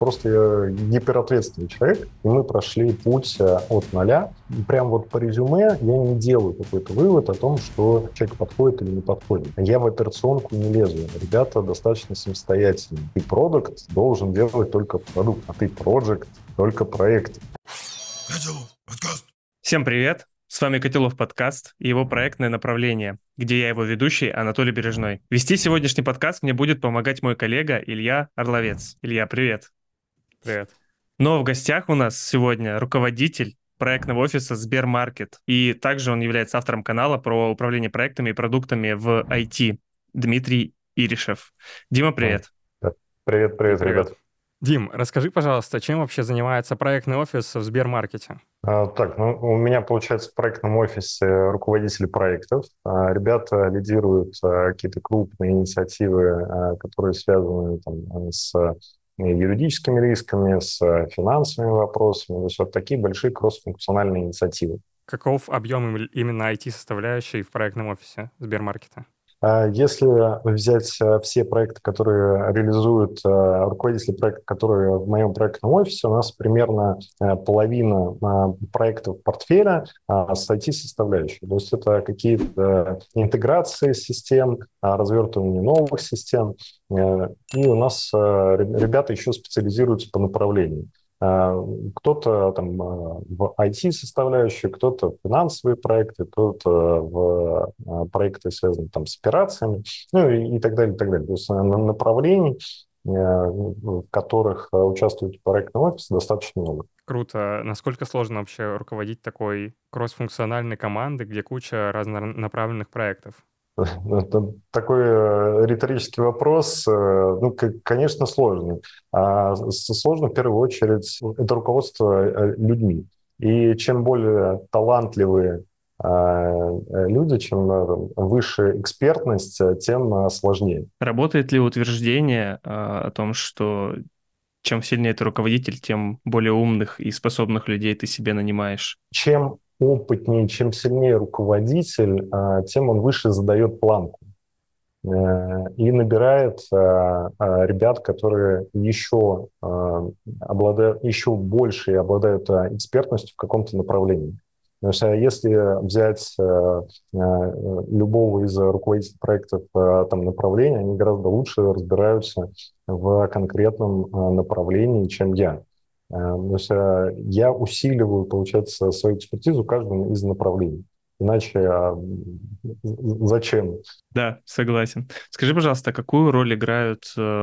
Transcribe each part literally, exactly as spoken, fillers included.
Просто я гиперответственный человек, и мы прошли путь от нуля. И прям вот по резюме я не делаю какой-то вывод о том, что человек подходит или не подходит. Я в операционку не лезу. Ребята достаточно самостоятельные. Ты продукт должен делать только продукт, а ты проект только проект. Всем привет! С вами Котелов подкаст и его проектное направление, где я его ведущий Анатолий Бережной. Вести сегодняшний подкаст мне будет помогать мой коллега Илья Орловец. Илья, привет! Привет. Но в гостях у нас сегодня руководитель проектного офиса Сбермаркет. И также он является автором канала про управление проектами и продуктами в ай ти. Дмитрий Иришев. Дима, привет. Привет, привет, Привет. ребят. Дим, расскажи, пожалуйста, чем вообще занимается проектный офис в Сбермаркете? А, Так, ну, у меня, получается, в проектном офисе руководители проектов. А, Ребята лидируют а, какие-то крупные инициативы, а, которые связаны там, с юридическими рисками, с финансовыми вопросами. То есть вот такие большие кроссфункциональные инициативы. Каков объем им- именно ай ти-составляющей в проектном офисе Сбермаркета? А Если взять а, все проекты, которые реализуют а, руководители проектов, которые в моем проектном офисе, у нас примерно а, половина а, проектов портфеля а, с ай ти-составляющей. То есть это какие-то интеграции систем, а, развертывание новых систем. Э, И у нас а, ре- ребята еще специализируются по направлениям. А, Кто-то там а, в ай ти-составляющую, кто-то в финансовые проекты, кто-то в а, проекты, связанные там с операциями, ну и, и так далее, и так далее. То есть а, на- направлений, э, в которых а, участвует проектный офис, достаточно много. Круто. Насколько сложно вообще руководить такой кроссфункциональной командой, где куча разнонаправленных проектов? Это такой э, риторический вопрос. Э, Ну, к- конечно, сложно. А с- сложно в первую очередь это руководство э, людьми. И чем более талантливые а, э, люди, чем э, там, выше экспертность, э, тем э, сложнее. Работает ли утверждение а, о том, что чем сильнее ты руководитель, тем более умных и способных людей ты себе нанимаешь? Чем опытнее, чем сильнее руководитель, а, тем он выше задает планку. Э, и набирает а, а, ребят, которые еще а, обладают, еще больше обладают а, экспертностью в каком-то направлении. Потому что если взять а, а, любого из руководителей проектов а, там, направления, они гораздо лучше разбираются в конкретном а, направлении, чем я. А, Потому что я усиливаю, получается, свою экспертизу в каждом из направлений. Иначе а, зачем? Да, согласен. Скажи, пожалуйста, какую роль играют э,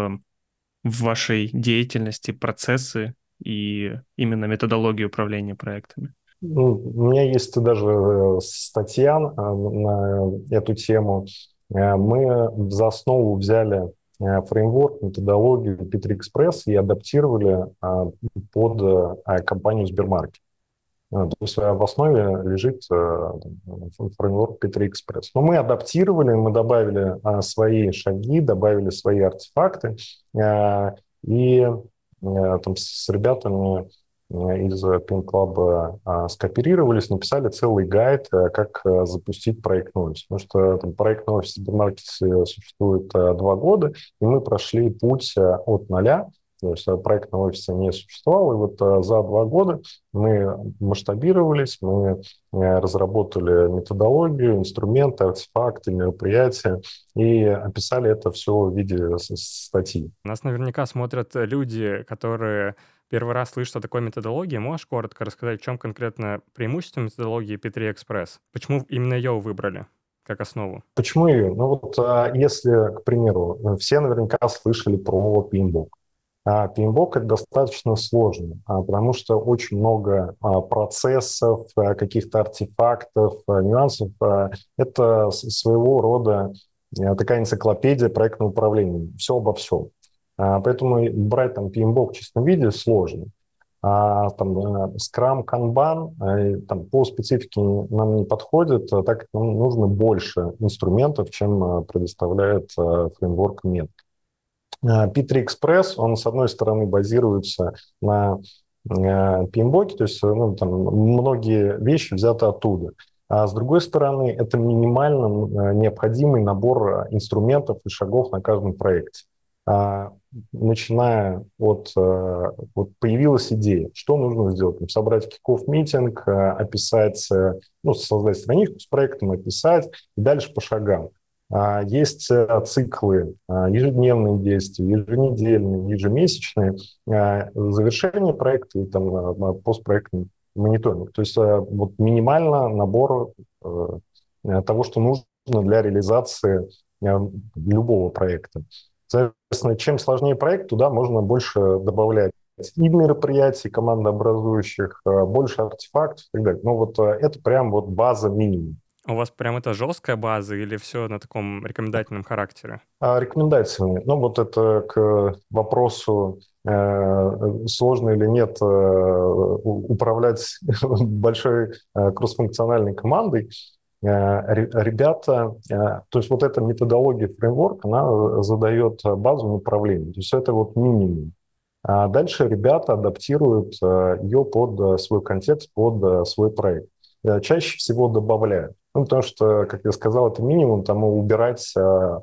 в вашей деятельности процессы и именно методология управления проектами? Ну, у меня есть даже э, статья э, на эту тему. Э, Мы за основу взяли э, фреймворк, методологию пи три экспресс и адаптировали э, под э, компанию Сбермаркет. Э, То есть э, в основе лежит э, там, фреймворк пи три экспресс. Но мы адаптировали, мы добавили э, свои шаги, добавили свои артефакты. э, И э, там с ребятами э, из Pin Club э, скооперировались, написали целый гайд, э, как э, запустить проектный офис. Потому что там, проектный офис в Сбермаркете существует э, два года, и мы прошли путь э, от нуля. То есть э, проектного офиса не существовало, и вот э, за два года мы масштабировались, мы э, разработали методологию, инструменты, артефакты, мероприятия и описали это все в виде с- статьи. Нас наверняка смотрят э, люди, которые первый раз слышат о такой методологии. Можешь коротко рассказать, в чем конкретно преимущество методологии пи три экспресс? Почему именно ее вы выбрали как основу? Почему ее? Ну вот а, если, к примеру, все наверняка слышали про PMBOK. А пи эм би о си это достаточно сложно, а, потому что очень много а, процессов, а, каких-то артефактов, а, нюансов. А, Это с- своего рода а, такая энциклопедия проектного управления. Все обо всем. А, Поэтому и брать там пи эм би о си в чистом виде сложно. А там э, Scrum, Kanban э, там, по специфике нам не подходит, а так как нам нужно больше инструментов, чем э, предоставляет э, фреймворк Met. Э, пи три экспресс, он, с одной стороны, базируется на э, пи эм би о си, то есть э, ну, там, многие вещи взяты оттуда. А с другой стороны, это минимально э, необходимый набор э, инструментов и шагов на каждом проекте. А, начиная от, э, вот появилась идея, что нужно сделать, там, собрать киков митинг, э, описать, э, ну, создать страничку с проектом, описать, и дальше по шагам. А, Есть э, циклы, а, ежедневные действия, еженедельные, ежемесячные, а, завершение проекта и там а, постпроектный мониторинг. То есть э, вот минимально набор э, э, того, что нужно для реализации э, любого проекта. Соответственно, чем сложнее проект, туда можно больше добавлять и мероприятий командообразующих, э, больше артефактов и так далее. Ну вот э, это прям вот база минимум. У вас прям это жесткая база или все на таком рекомендательном характере? А рекомендательные. Ну, вот это к вопросу, э, сложно или нет э, управлять большой э, кроссфункциональной командой. Э, ребята, э, то есть вот эта методология, фреймворк, она задает базу направления. То есть это вот минимум. А дальше ребята адаптируют э, ее под э, свой контекст, под э, свой проект. Э, Чаще всего добавляют. Ну, потому что, как я сказал, это минимум, там убирать э,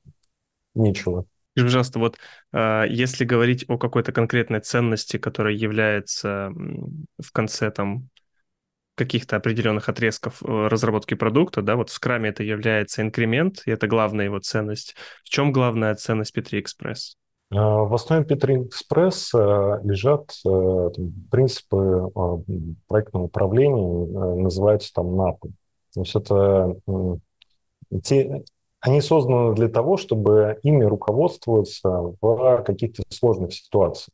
нечего. Скажи, пожалуйста, вот э, если говорить о какой-то конкретной ценности, которая является м, в конце там каких-то определенных отрезков э, разработки продукта, да, вот в скраме это является инкремент, и это главная его ценность. В чем главная ценность пи три экспресс? А, В основе пи три экспресс э, лежат э, там, принципы э, проектного управления, э, называются там напы. То есть это м, те, они созданы для того, чтобы ими руководствоваться в каких-то сложных ситуациях.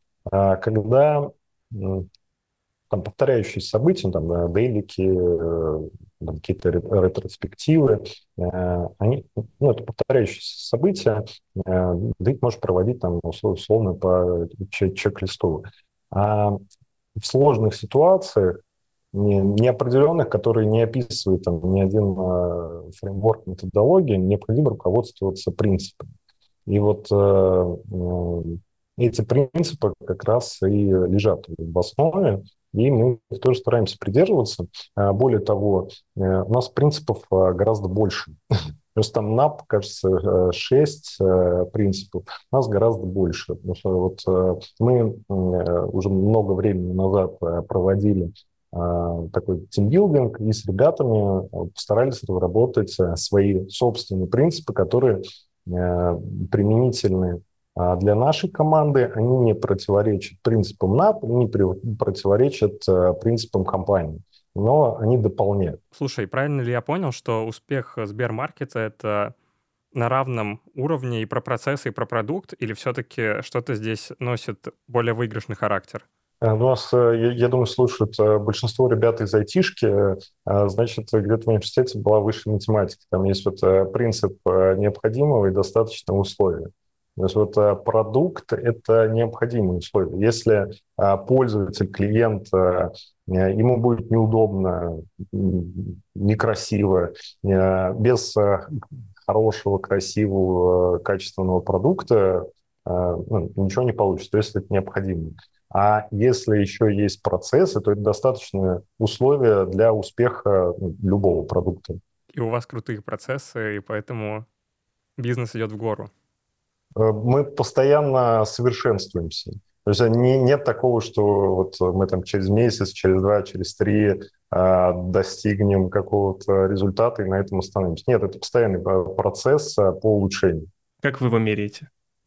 А Когда м, там повторяющиеся события, там, да, дейлики, э, там, какие-то ре- ретроспективы, э, они, ну, это повторяющиеся события, э, да их можешь проводить там услов- условно по чек- чек-листу. А в сложных ситуациях, не- неопределенных, которые не описывают там, ни один э, фреймворк, методологии, необходимо руководствоваться принципами. И вот э, э, эти принципы как раз и лежат в основе, и мы их тоже стараемся придерживаться. А Более того, э, у нас принципов э, гораздо больше. То есть там нап, кажется, э, шесть э, принципов, у нас гораздо больше. Потому что вот э, мы э, уже много времени назад э, проводили э, такой тимбилдинг и с ребятами э, постарались разработать э, свои собственные принципы, которые э, применительны а для нашей команды. Они не противоречат принципам нап, не при- противоречат э, принципам компании, но они дополняют. Слушай, правильно ли я понял, что успех Сбермаркета — это на равном уровне и про процессы, и про продукт, или все-таки что-то здесь носит более выигрышный характер? Э, У нас, э, я я думаю, слушают э, большинство ребят из айтишки, э, а, значит, где-то в университете была высшая математика. Там есть вот э, принцип э, необходимого и достаточного условия. То есть вот э, продукт – это необходимые условия. Если э, пользователь, клиент, э, э, ему будет неудобно, м, некрасиво, э, без э, хорошего, красивого, качественного продукта, э, ну, ничего не получится. То есть это необходимо. А если еще есть процессы, то это достаточное условие для успеха ну, любого продукта. И у вас крутые процессы, и поэтому бизнес идет в гору. Э, Мы постоянно совершенствуемся. То есть не, нет такого, что вот мы там через месяц, через два, через три э, достигнем какого-то результата и на этом остановимся. Нет, это постоянный э, процесс э, по улучшению. Как вы его меряете?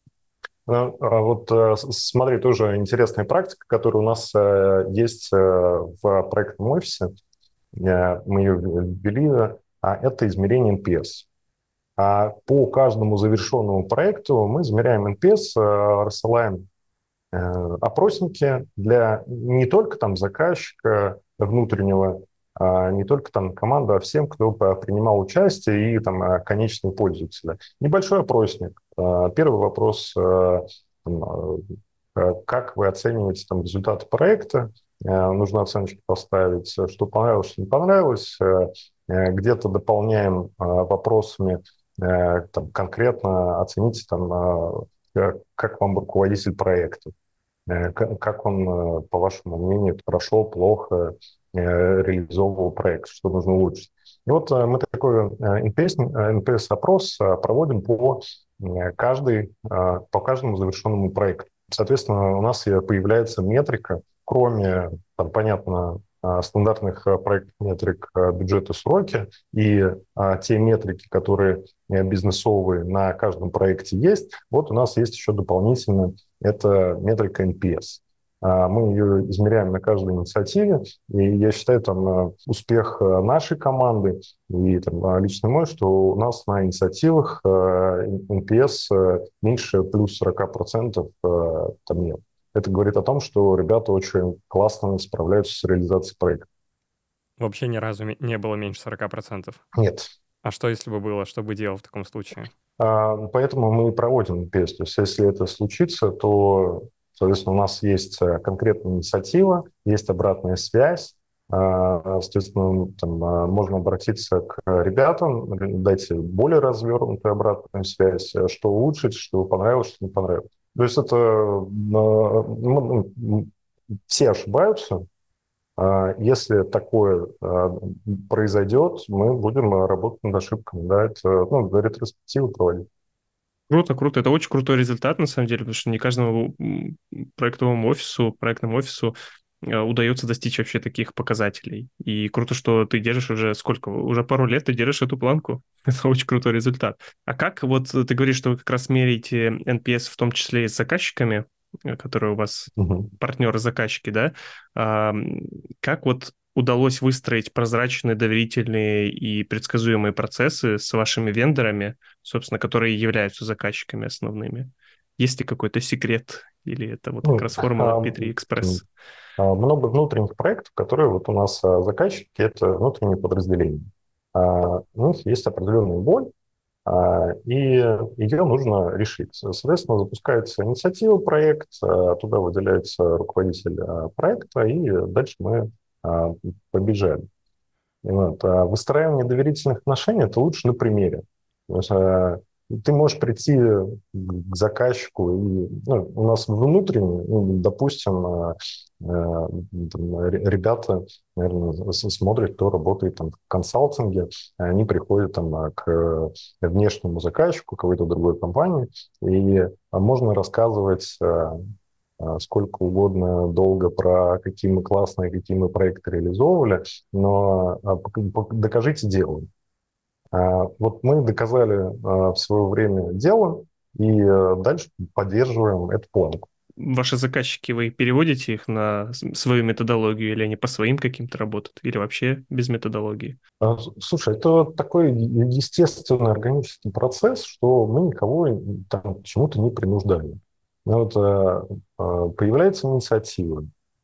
Ну, а вот э, с- смотри, тоже интересная практика, которая у нас э, есть э, в проектном офисе. Э, Мы ее ввели, а это измерение эн пи эс. А по каждому завершенному проекту мы измеряем эн пи эс, э, рассылаем э, опросники для не только там заказчика внутреннего, а не только там команды, а всем, кто по- принимал участие и там э, конечные пользователи. Небольшой опросник. Э, Первый вопрос, э, там, э, как вы оцениваете там результаты проекта? Э, Нужно оценочки поставить, э, что понравилось, что не понравилось. Э, э, Где-то дополняем э, вопросами э, там, конкретно оцените там, э, как как вам руководитель проекта. Э, к- Как он, э, по вашему мнению, хорошо, плохо э, реализовывал проект, что нужно улучшить. И вот э, мы такой э, эн пи эс, э, эн пи эс-опрос э, проводим по э, каждый, э, по каждому завершенному проекту. Соответственно, у нас и появляется метрика, кроме, там, понятно, э, стандартных э, проектных метрик э, бюджеты, сроки и э, те метрики, которые э, бизнесовые на каждом проекте есть. Вот у нас есть еще дополнительно это метрика эн пи эс. А, Мы ее измеряем на каждой инициативе, и я считаю, там, э, успех э, нашей команды и там, э, лично мой, что у нас на инициативах э, эн пи эс э, меньше плюс сорок процентов э, там нет. Это говорит о том, что ребята очень классно справляются с реализацией проекта. Вообще ни разу ме- не было меньше сорок процентов. Нет. А что, если бы было? Что бы делал в таком случае? А, Поэтому мы и проводим эн пи эс. То есть если это случится, то, соответственно, у нас есть э, конкретная инициатива, есть обратная связь. А, Соответственно, там, а, можно обратиться к ребятам, дать более развернутую обратную связь, э, что улучшить, что понравилось, что не понравилось. То есть это э, ну, м, все ошибаются. А Если такое а, произойдет, мы будем а, работать над ошибками. Да, это, ну, ретроспективу проводить. Круто, круто. Это очень крутой результат, на самом деле, потому что не каждому м, проектовому офису, проектному офису э, удается достичь вообще таких показателей. И круто, что ты держишь уже сколько? Уже пару лет ты держишь эту планку. Это очень крутой результат. А как вот ты говоришь, что вы как раз меряете эн пи эс в том числе и с заказчиками, э, которые у вас Мгм. партнеры-заказчики, да? А, м, как вот удалось выстроить прозрачные, доверительные и предсказуемые процессы с вашими вендорами, собственно, которые являются заказчиками основными? Есть ли какой-то секрет или это вот как Ну, раз формула а, пи три м, Express? а, много внутренних проектов, которые вот у нас а, заказчики– это внутренние подразделения. А, У них есть определенная боль, а, и ее нужно решить. Соответственно, запускается инициатива, проект, а, туда выделяется руководитель а, проекта, и дальше мы а, побежали. Вот. А выстраивание доверительных отношений– это лучше на примере. То есть, а, ты можешь прийти к заказчику, и ну, у нас внутренне, ну, допустим, а, а, там, ре- ребята, наверное, с- смотрят, кто работает там, в консалтинге, они приходят там, а, к внешнему заказчику какой-то другой компании, и а, можно рассказывать а, а, сколько угодно долго про какие мы классные, какие мы проекты реализовывали, но а, пок- пок- докажите делом. А, Вот мы доказали а, в свое время делом, и а, дальше поддерживаем эту планку. Ваши заказчики, вы переводите их на с- свою методологию, или они по своим каким-то работают, или вообще без методологии? А, с- Слушай, это такой е- естественный органический процесс, что мы никого там к чему-то не принуждаем. Ну вот, э, э, появляется инициатива.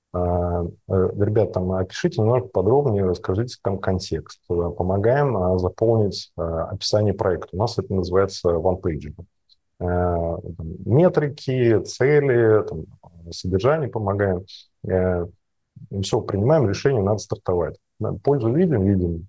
А, э, Ребят, там, опишите немного подробнее, расскажите там контекст. Э, Помогаем а, заполнить а, описание проекта. У нас это называется one-page. Э, там, Метрики, цели, там, содержание помогаем. Э, Все, принимаем решение, надо стартовать. Да, Пользу видим, видим.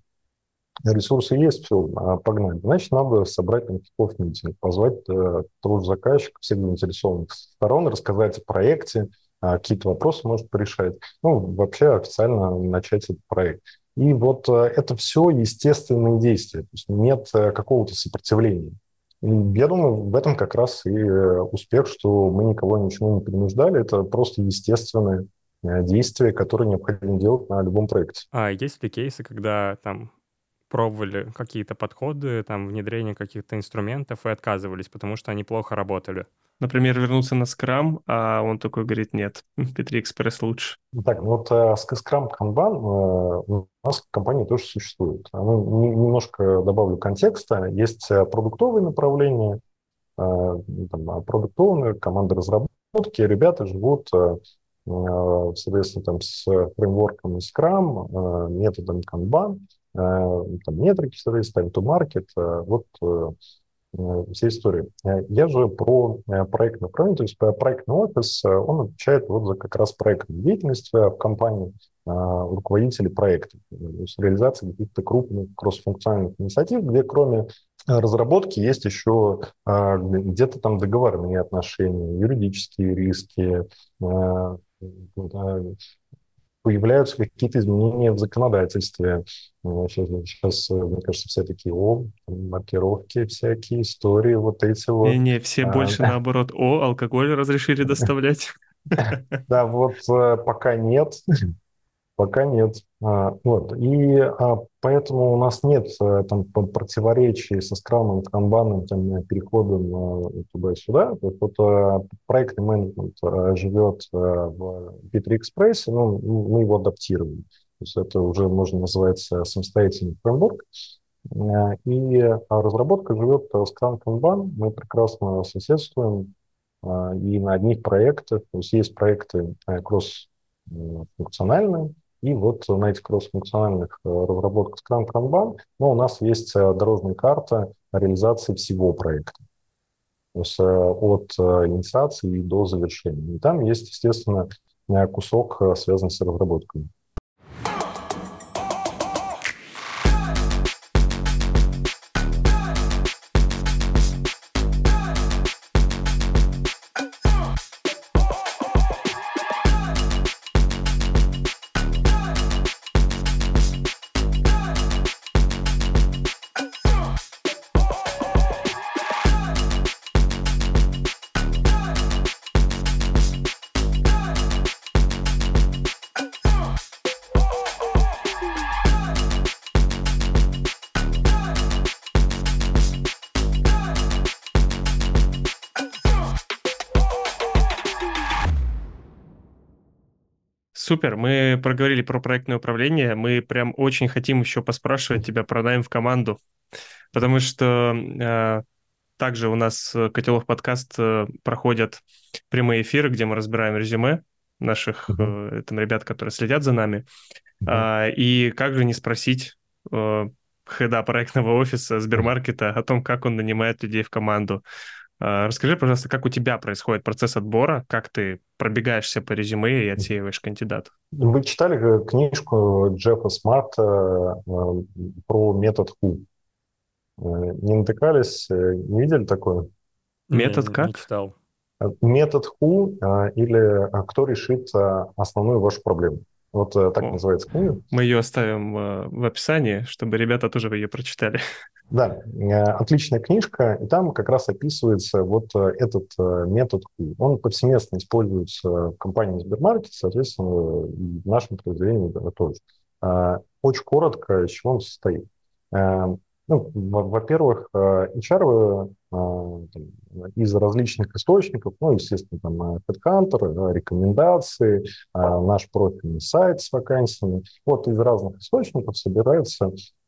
Ресурсы есть, все, погнали. Значит, надо собрать там киков митинг, позвать э, того же заказчика, всех заинтересованных сторон, рассказать о проекте, а, какие-то вопросы может порешать. Ну, вообще официально начать этот проект. И вот э, это все естественные действия, то есть нет э, какого-то сопротивления. И я думаю, в этом как раз и э, успех, что мы никого ничего не принуждали, это просто естественные э, действия, которые необходимо делать на любом проекте. А есть ли кейсы, когда там пробовали какие-то подходы, там внедрение каких-то инструментов и отказывались, потому что они плохо работали? Например, вернуться на скрам, а он такой говорит, нет, пи три Express лучше. Так, ну вот э, ск- Scrum Kanban э, у нас в компании тоже существует. А, Ну, не- немножко добавлю контекста. Есть э, продуктовые направления, э, там, а, продуктовые команды разработки. Ребята живут, э, э, соответственно, там, с фреймворком Scrum, э, методом Kanban, э, там, метрики, соответственно, time to market. э, Вот э, э, всей истории. Э, Я же про э, проектное управление, то есть э, проектный офис, э, он отвечает вот за как раз проектную деятельность э, в компании, э, руководителей проекта, то есть реализации каких-то крупных кроссфункциональных инициатив, где кроме э, разработки есть еще э, где-то там договорные отношения, юридические риски, э, э, появляются какие-то изменения в законодательстве. Сейчас, сейчас мне кажется, все такие, о, маркировки всякие, истории, вот эти вот. Не-не, все А, больше наоборот. О, алкоголь разрешили доставлять. Да, вот э, пока нет. Пока нет. А, Вот. И а, поэтому у нас нет э, там п- противоречий со скрамом, канбаном, там, э, переходом э, туда-сюда. То есть вот э, проектный менеджмент э, живет э, в Bittrex Express, ну, мы его адаптируем. То есть это уже можно назвать э, самостоятельный фреймворк. Э, И э, разработка живет в Scrum Kanban. Мы прекрасно соседствуем э, и на одних проектах. То есть есть проекты э, кросс-функциональные, и вот на этих кроссфункциональных э, разработках Scrum Kanban, но у нас есть э, дорожная карта реализации всего проекта. То есть э, от э, инициации до завершения. И там есть, естественно, э, кусок, э, связанный с разработкой. Супер, мы проговорили про проектное управление. Мы прям очень хотим еще поспрашивать тебя про найм в команду, потому что э, также у нас э, Котелов подкаст э, проходят прямые эфиры, где мы разбираем резюме наших Мгм. э, там ребят, которые следят за нами. Мгм. А, и как же не спросить э, хеда проектного офиса Сбермаркета о том, как он нанимает людей в команду. А, расскажи, пожалуйста, как у тебя происходит процесс отбора, как ты пробегаешься по резюме и отсеиваешь кандидатов? Вы читали э, книжку Джеффа Смарта э, про метод Ху? Э, Не натыкались? э, Не видели такое? Не, Метод не как? Э, Метод Метод Ху э, или э, кто решит э, основную вашу проблему. Вот э, так О, называется книга. мы ее оставим э, в описании, чтобы ребята тоже ее прочитали. Да, э, отличная книжка, и там как раз описывается вот э, этот э, метод Ху. Он повсеместно используется в компании Сбермаркет, соответственно, и в нашем подразделении да, тоже. Э, Очень коротко, из чего он состоит. Э, Ну, во- во-первых, э, эйч ар э, там, из различных источников, ну, естественно, там э, HeadHunter, э, рекомендации, э, наш профильный сайт с вакансиями. Вот из разных источников собирается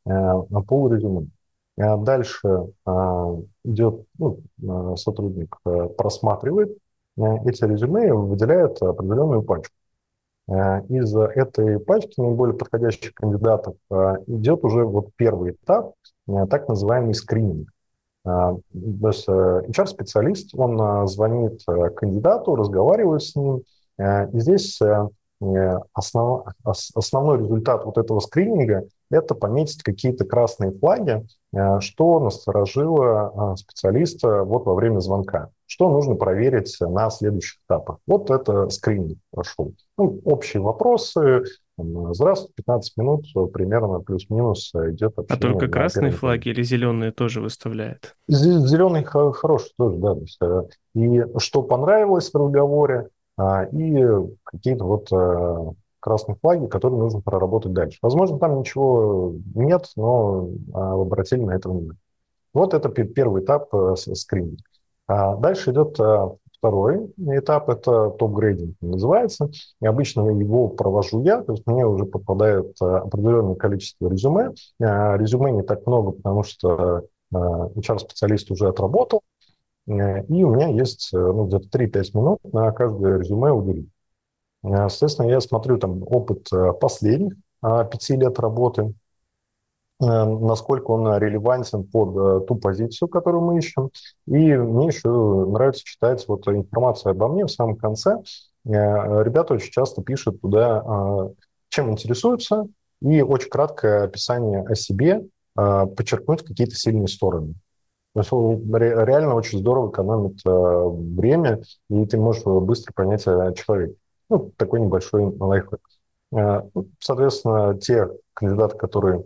пул резюме. А Дальше а, идет ну, а, сотрудник, а, просматривает а, эти резюме и выделяет определенную пачку. А, Из этой пачки наиболее подходящих кандидатов а, идет уже вот первый этап, а, так называемый скрининг. А, То есть а, эйч ар-специалист, он а, звонит а, кандидату, разговаривает с ним. А, И здесь а, э, основ- ос- основной результат вот этого скрининга – это пометить какие-то красные флаги, а, что насторожило а, специалиста вот во время звонка, что нужно проверить на следующих этапах. Вот это скрининг прошел. Ну, общие вопросы. там, Здравствуйте, пятнадцать минут примерно плюс-минус идет А общение только на красные первом этапе. флаги или зеленые тоже выставляет? Зеленый хо- хороший тоже, да. То есть, э, и что понравилось в разговоре, а, и какие-то вот э, красные флаги, которые нужно проработать дальше. Возможно, там ничего нет, но а, обратили на это внимание. Вот это пе- первый этап э, с- скрининг. А дальше идет э, второй этап, это топ-грейдинг называется. И обычно его провожу я, то есть мне уже попадает э, определенное количество резюме. Э, Резюме не так много, потому что э, эйч ар-специалист уже отработал, э, и у меня есть э, ну, где-то три-пять минут на каждое резюме уделить. Э, Соответственно, я смотрю там опыт э, последних э, пяти лет работы, э, насколько он релевантен под э, ту позицию, которую мы ищем. И мне еще нравится читать вот информацию обо мне в самом конце. Э, Ребята очень часто пишут туда, э, чем интересуются, и очень краткое описание о себе, э, подчеркнуть какие-то сильные стороны. То есть он ре- реально очень здорово экономит э, время, и ты можешь быстро понять о человеке. Ну, такой небольшой лайфхак. Э, ну, Соответственно, те кандидаты, которые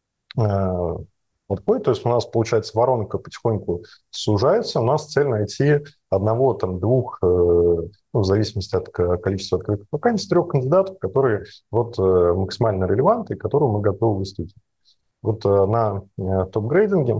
э, подходят, то есть у нас, получается, воронка потихоньку сужается, у нас цель найти одного, там, двух, э, ну, в зависимости от ко- количества открытых вакансий, трех кандидатов, которые вот э, максимально релевантны и которым мы готовы выступить. Вот э, на э, топ-грейдинге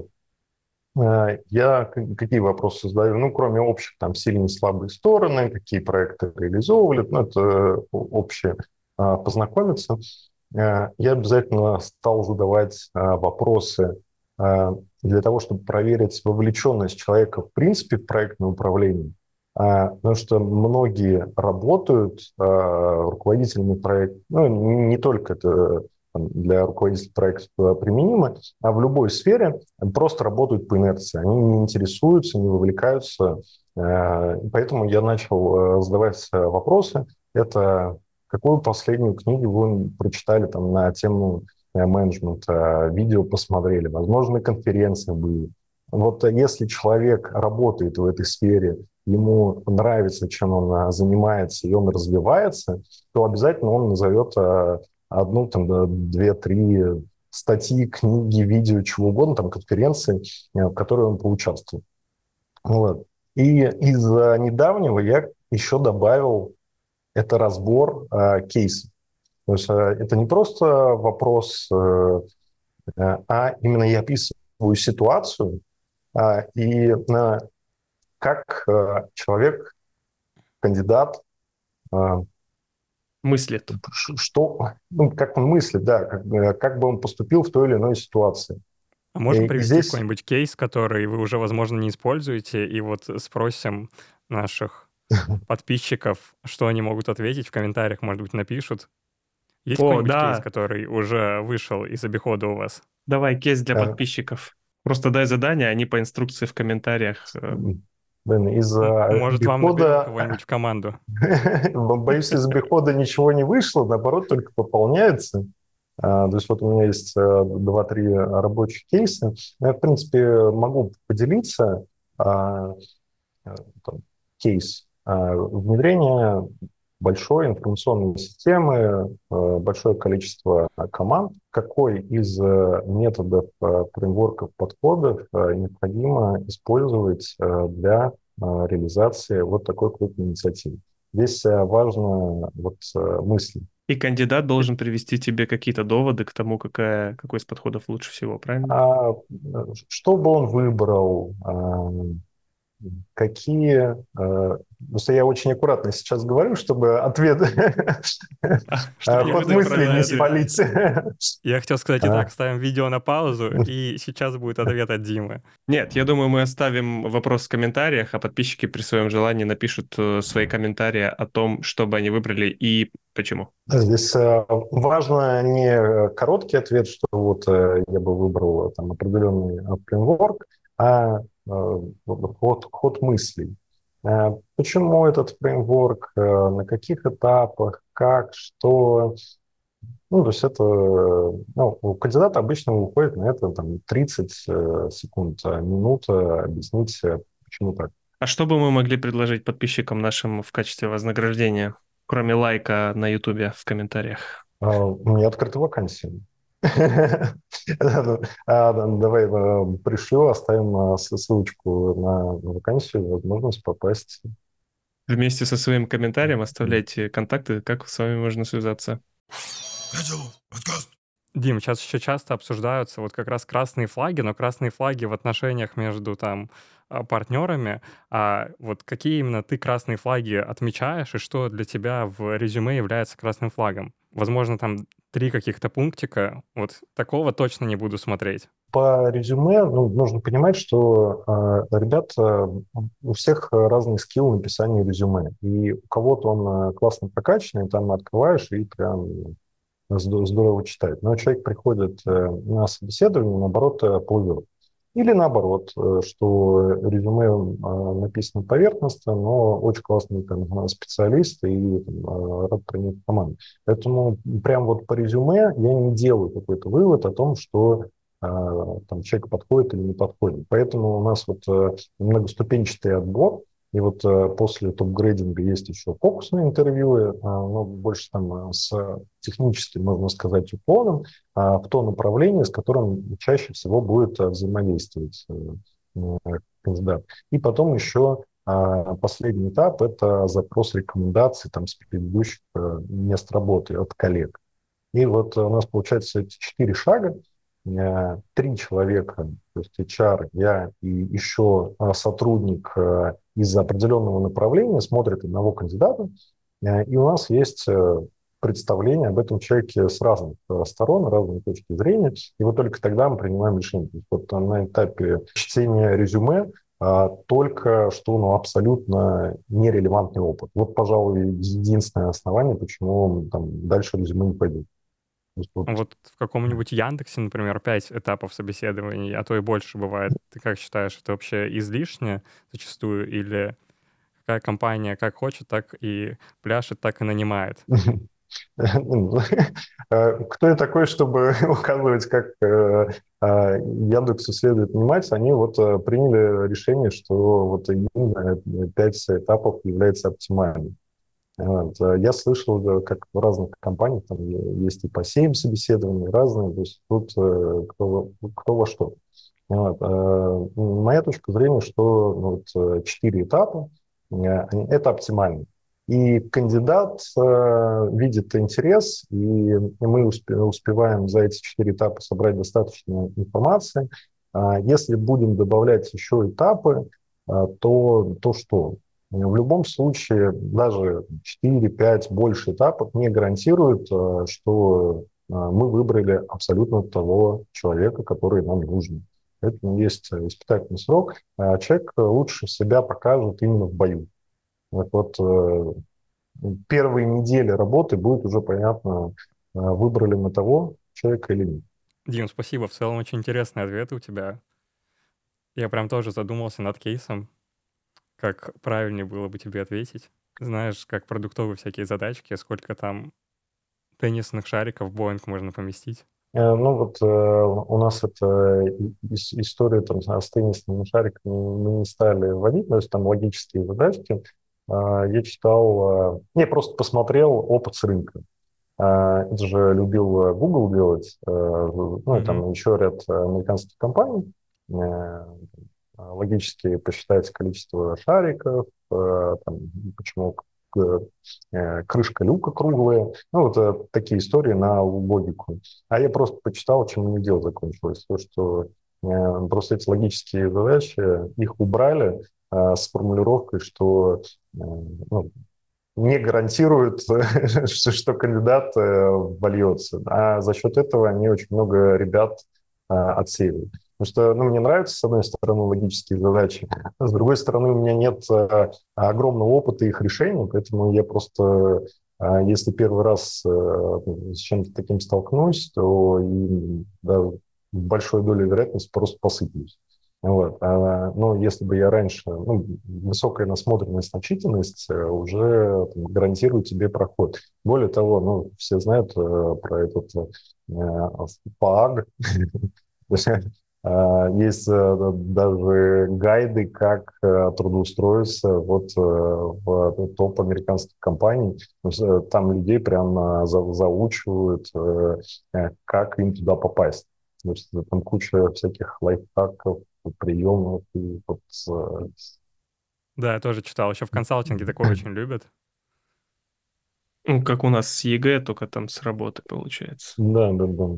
э, я к- какие вопросы задаю? Ну, кроме общих, там, сильные, слабые стороны, какие проекты реализовывали, ну, это э, общее, э, познакомиться. Э, Я обязательно стал задавать э, вопросы э, для того, чтобы проверить вовлеченность человека в принципе в проектное управление. А, Потому что многие работают э, руководителями проектов, ну, не не только это там, для руководителей проектов э, применимо, а в любой сфере просто работают по инерции. Они не интересуются, не вовлекаются. Э, Поэтому я начал э, задавать э, вопросы. Это какую последнюю книгу вы прочитали там, на тему э, менеджмента, видео посмотрели, возможно, конференции были. Вот э, если человек работает в этой сфере, ему нравится, чем он а, занимается, и он развивается, то обязательно он назовет а, одну, там, да, две, три статьи, книги, видео, чего угодно, там, конференции, э, в которой он поучаствовал. Вот. И из а, недавнего я еще добавил это разбор э, кейсов. То есть э, это не просто вопрос, э, э, а именно я описываю ситуацию э, и э, как э, человек, кандидат, э, Мыслит. ш- что, ну, как он мыслит, да, как, э, как бы он поступил в той или иной ситуации. А И, можем и привести здесь какой-нибудь кейс, который вы уже, возможно, не используете, и вот спросим наших подписчиков, что они могут ответить в комментариях, может быть, напишут. Есть О, какой-нибудь кейс, да, который уже вышел из обихода у вас? давай кейс для э, подписчиков. Просто дай задание, они по инструкции в комментариях. э, блин, из М- э, Может, вам наберем обихода, кого-нибудь в команду? боюсь, из обихода ничего не вышло, наоборот, только пополняется. А, То есть вот у меня есть э, два-три рабочих кейса. Я, в принципе, могу поделиться. а, э, там, Кейс а, внедрения большой информационной системы, э, большое количество команд. Какой из э, методов, э, фреймворков, подходов э, необходимо использовать э, для э, реализации вот такой крупной инициативы? Здесь э, важно вот э, мысли. И кандидат должен привести тебе какие-то доводы к тому, какая, какой из подходов лучше всего, правильно? А, э, что бы он выбрал? а, Какие... э, Просто я очень аккуратно сейчас говорю, чтобы ответ, Чтобы э, не ход выдать мысли не фразы. спалить. Я хотел сказать, А, итак, ставим видео на паузу, и сейчас будет ответ от Димы. Нет, я думаю, мы оставим вопрос в комментариях, а подписчики при своем желании напишут э, свои комментарии о том, что бы они выбрали и почему. Здесь э, важно не короткий ответ, что вот э, я бы выбрал э, там определенный э, фреймворк, а э, ход, ход мыслей. Э, Почему этот фреймворк, э, на каких этапах, как, что. Ну, то есть это, ну, у кандидата обычно уходит на это там тридцать э, секунд, а минута объяснить, э, почему так. А что бы мы могли предложить подписчикам нашим в качестве вознаграждения, кроме лайка на Ютубе в комментариях? А, У меня открыта вакансия. А, Давай э, пришлю, оставим э, с- ссылочку на вакансию, возможность попасть. Вместе со своим комментарием оставляйте контакты, как с вами можно связаться. Дим, сейчас еще часто обсуждаются вот как раз красные флаги, но красные флаги в отношениях между там а, партнерами. А вот какие именно ты красные флаги отмечаешь и что для тебя в резюме является красным флагом? Возможно, там три каких-то пунктика. Вот такого точно не буду смотреть. По резюме, ну, нужно понимать, что э, ребят, э, у всех разный скилл написания резюме. И у кого-то он э, классно прокачанный, там открываешь и прям здорово, здорово читает. Но человек приходит э, на собеседование, наоборот, э, плывет. Или наоборот, э, что резюме э, написано поверхностно, но очень классный там, специалист и там, э, рад принять в команду. Поэтому прям вот по резюме я не делаю какой-то вывод о том, что э, там, человек подходит или не подходит. Поэтому у нас вот э, многоступенчатый отбор. И вот э, после топ-грейдинга есть еще фокусные интервью, э, но больше там э, с техническим, можно сказать, уклоном э, в то направление, с которым чаще всего будет э, взаимодействовать э, э, кандидат. И потом еще э, последний этап– это запрос рекомендаций там, с предыдущих э, мест работы от коллег. И вот у нас получается эти четыре шага. Э, Три человека, то есть эйч ар, я и еще э, сотрудник э, из определенного направления смотрят одного кандидата, э, и у нас есть э, представление об этом человеке с разных э, сторон, разной точки зрения, и вот только тогда мы принимаем решение. То есть вот на этапе чтения резюме а, только что ну, абсолютно нерелевантный опыт. Вот, пожалуй, единственное основание, почему там, дальше резюме не пойдет. То есть вот, Вот в каком-нибудь Яндексе, например, пять этапов собеседований, а то и больше бывает. Ты как считаешь, это вообще излишне зачастую, или какая компания как хочет, так и пляшет, так и нанимает? кто я такой, чтобы указывать, как э, э, Яндексу следует нанимать? Они вот э, приняли решение, что вот именно пять этапов является оптимальным. Вот. э, Я слышал, да, как в разных компаниях там е- есть и по семь собеседований разные, то есть тут э, кто, во- кто во что. Вот. э, Моя точка зрения, что ну, вот, э, четыре этапа э, они- это оптимально. И кандидат э, видит интерес, и мы успе- успеваем за эти четыре этапа собрать достаточно информации. А Если будем добавлять еще этапы, а, то, то что? В любом случае, даже четыре-пять больше этапов не гарантирует, э, что э, мы выбрали абсолютно того человека, который нам нужен. Поэтому есть э, испытательный срок. А Человек лучше себя покажет именно в бою. Вот, вот э, первые недели работы будет уже понятно, э, выбрали мы того человека или нет. Дим, спасибо. В целом очень интересные ответы у тебя. Я прям тоже задумался над кейсом, как правильнее было бы тебе ответить. Знаешь, как продуктовые всякие задачки, сколько там теннисных шариков в Боинг можно поместить. Э, Ну вот э, у нас это и- ис- история там, с теннисными шариками мы не стали вводить, то есть там логические задачки. А, Я читал, э, я просто посмотрел опыт с рынка. А, Это же любил э, Google делать, э, ну и Мгм. там еще ряд э, американских компаний. Э, Логически посчитать количество шариков, э, там, почему к- э, крышка люка круглая. Ну, вот э, такие истории на логику. А я просто почитал, чем мне дело закончилось. То, что э, просто эти логические задачи, их убрали э, с формулировкой, что э, ну, не гарантирует, что что кандидат э, вольется. А за счет этого они очень много ребят э, отсеивают. Потому что ну, мне нравятся, с одной стороны, логические задачи, а с другой стороны, у меня нет э, огромного опыта их решения, поэтому я просто, э, если первый раз э, с чем-то таким столкнусь, то и, да, большой долей вероятности просто посыплюсь. Вот. А, но если бы я раньше, ну, высокая насмотренность, начитанность э, уже там, гарантирует тебе проход. Более того, ну, все знают э, про этот э, ПАГ. То есть, э, Есть э, даже гайды, как э, трудоустроиться вот э, в топ американских компаний. То есть, э, Там людей прям э, за- заучивают, э, э, как им туда попасть. То есть э, там куча всяких лайфхаков, приемов. И вот, э, Да, я тоже читал. Еще в консалтинге такое очень любят. Ну, как у нас с ЕГЭ, только там с работы получается. да, да, да.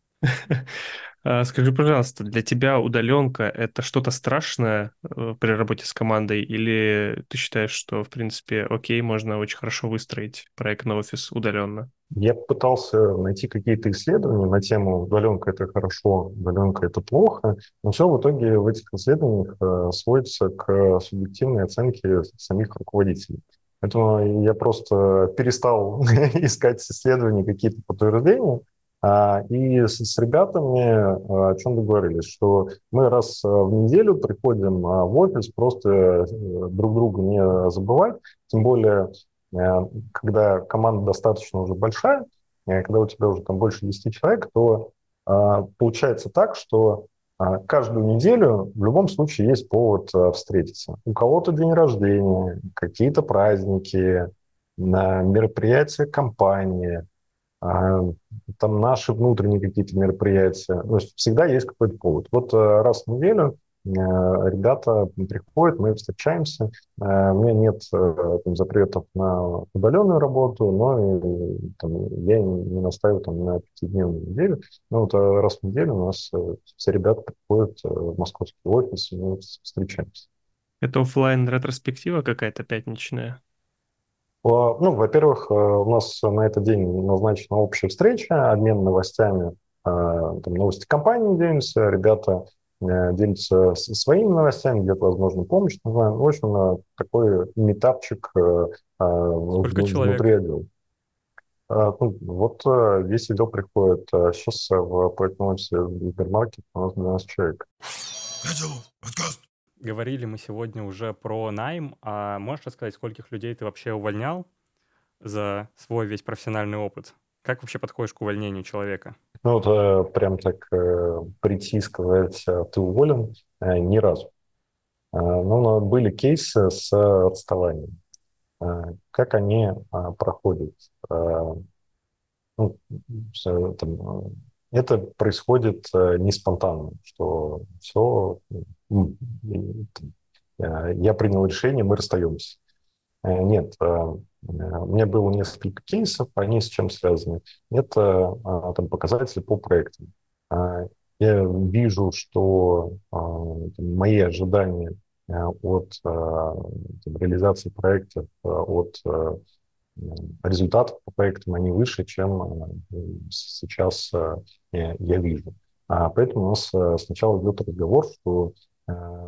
А, Скажи, пожалуйста, для тебя удаленка– это что-то страшное э, при работе с командой, или ты считаешь, что, в принципе, окей, можно очень хорошо выстроить проект на офис удаленно? Я пытался найти какие-то исследования на тему удаленка это хорошо, удаленка это плохо, но все в итоге в этих исследованиях э, сводится к субъективной оценке самих руководителей. Поэтому я просто перестал искать исследования, какие-то подтверждения, а, и с, с ребятами а, о чем договорились, что мы раз а, в неделю приходим а, в офис, просто э, друг друга не забывать, тем более Э, когда команда достаточно уже большая, э, когда у тебя уже там больше десяти человек, то э, получается так, что А каждую неделю в любом случае есть повод а, встретиться. У кого-то день рождения, какие-то праздники, на мероприятия компании, а, там наши внутренние какие-то мероприятия. То есть всегда есть какой-то повод. Вот а, раз в неделю а, ребята приходят, мы встречаемся. А, У меня нет а, там, запретов на удаленную работу, но и, там, я не настаиваю там, на пятидневную неделю. Ну, вот а, раз в неделю у нас а, все ребята приходят а, в московский офис, и мы встречаемся. Это оффлайн ретроспектива какая-то пятничная? А, Ну, во-первых, э, у нас на этот день назначена общая встреча, обмен новостями, а, там, новости компании делимся, ребята э, делятся с- своими новостями, где-то, возможно, помощь нужна. В общем, э, такой метапчик э, а, Сколько в- внутри человек? отдела. А, ну, Вот э, весь отдел приходит. А Сейчас э, в проектном офисе Сбермаркет у нас двенадцать человек. Говорили мы сегодня уже про найм, а можешь рассказать, скольких людей ты вообще увольнял за свой весь профессиональный опыт? Как вообще подходишь к увольнению человека? Ну, вот э, прям так э, прийти и сказать, э, ты уволен, э, ни разу. А, Ну, но были кейсы с расставанием. А, Как они а, проходят? А, Ну, с- там, а, это происходит а, не спонтанно, что все, я принял решение, мы расстаемся. Э, Нет, а, э, у меня было несколько кейсов, они с чем связаны? Это а, там, показатели по проектам. А, Я вижу, что а, там, мои ожидания а, от а, там, реализации проектов, а, от а, м, результатов по проектам, они выше, чем а, с- сейчас а, я я вижу. А Поэтому у нас а, сначала идет разговор, что а,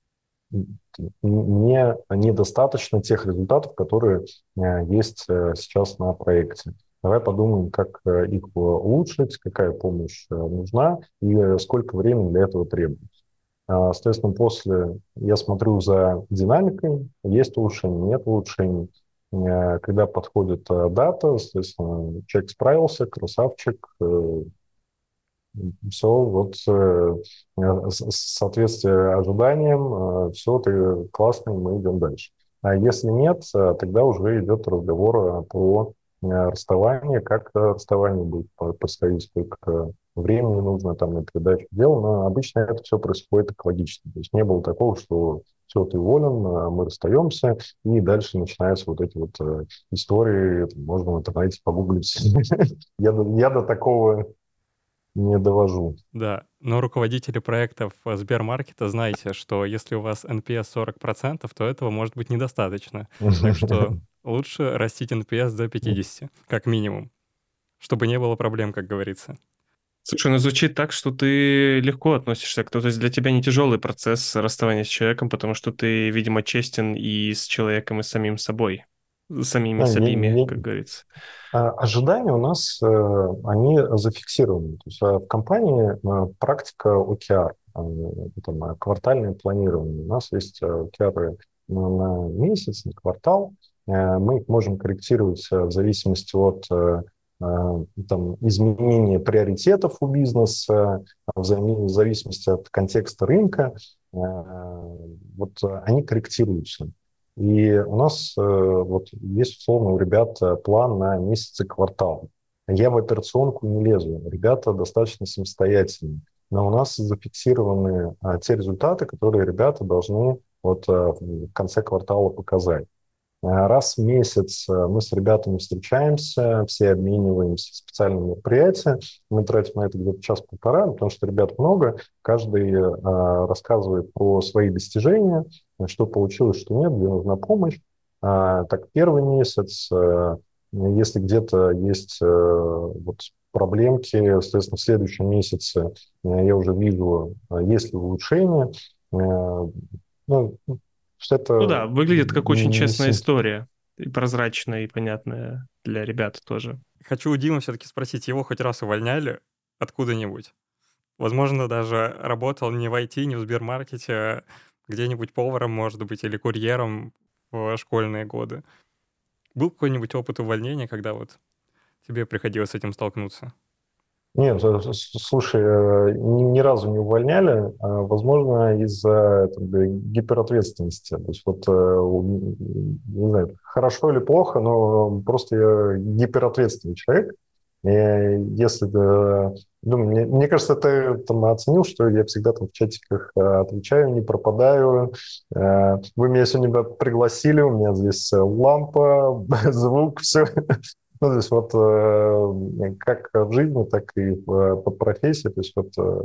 не, недостаточно тех результатов, которые э, есть э, сейчас на проекте. Давай подумаем, как э, их э, улучшить, какая помощь э, нужна и э, сколько времени для этого требуется. А, Соответственно, после я смотрю за динамикой, есть улучшение, нет улучшений. Э, Когда подходит э, дата, соответственно, человек справился, красавчик, э, все, вот э, с- соответствие ожиданиям, все, ты классный, мы идем дальше. А если нет, э, тогда уже идет разговор э, про э, расставание, как э, расставание будет по- происходить, сколько времени нужно там на передачу дел. Но обычно это все происходит экологично. То есть не было такого, что все, ты уволен, э, мы расстаемся, и дальше начинаются вот эти вот э, истории, там можно в интернете погуглить. Я до я до такого не довожу. Да, но руководители проектов э, Сбермаркета, знайте, что если у вас эн пи эс сорок процентов, то этого может быть недостаточно. Так что лучше растить эн пи эс до пятидесяти, как минимум, чтобы не было проблем, как говорится. Слушай, ну звучит так, что ты легко относишься к... То есть для тебя не тяжелый процесс расставания с человеком, потому что ты, видимо, честен и с человеком, и с самим собой. С самими Да, я- собими, я- как говорится. а, Ожидания у нас, э, они зафиксированы. То есть а, в компании э, практика о ке ар, э, там, э, квартальное планирование. У нас есть э, о ке ар на, на месяц, на квартал. Э, Мы их можем корректировать э, в зависимости от э, э, там, изменения приоритетов у бизнеса, в зами- в зависимости от контекста рынка. Э, Вот э, они корректируются. И у нас э, вот есть, условно, у ребят э, план на месяц и квартал. Я в операционку не лезу. Ребята достаточно самостоятельны. Но у нас зафиксированы а, те результаты, которые ребята должны вот а, в конце квартала показать. А, Раз в месяц а, мы с ребятами встречаемся, все обмениваемся специальными мероприятиями. Мы тратим на это где-то час-полтора, потому что ребят много. Каждый а, рассказывает про свои достижения, что получилось, что нет, где нужна помощь. А, Так, первый месяц, а, если где-то есть а, вот проблемки, соответственно, в следующем месяце а, я уже вижу, а, есть ли улучшение. А, Ну, что это Ну да, выглядит как очень не честная сильно. история. И прозрачная, и понятная для ребят тоже. Хочу у Димы все-таки спросить, его хоть раз увольняли откуда-нибудь? Возможно, даже работал не в ай ти, не в Сбермаркете, а где-нибудь поваром, может быть, или курьером в школьные годы. Был какой-нибудь опыт увольнения, когда вот тебе приходилось с этим столкнуться? Нет, э, с- слушай, э, ни, ни разу не увольняли, а, возможно, из-за это, да, гиперответственности. То есть вот, э, у- не знаю, хорошо или плохо, но просто я гиперответственный человек. И если, э, ну, мне, мне кажется, ты там оценил, что я всегда там в чатиках э, отвечаю, не пропадаю. Э, Вы меня сегодня пригласили, у меня здесь э, лампа, звук, все. Ну, то есть вот э, как в жизни, так и в, э, по профессии, то есть вот э,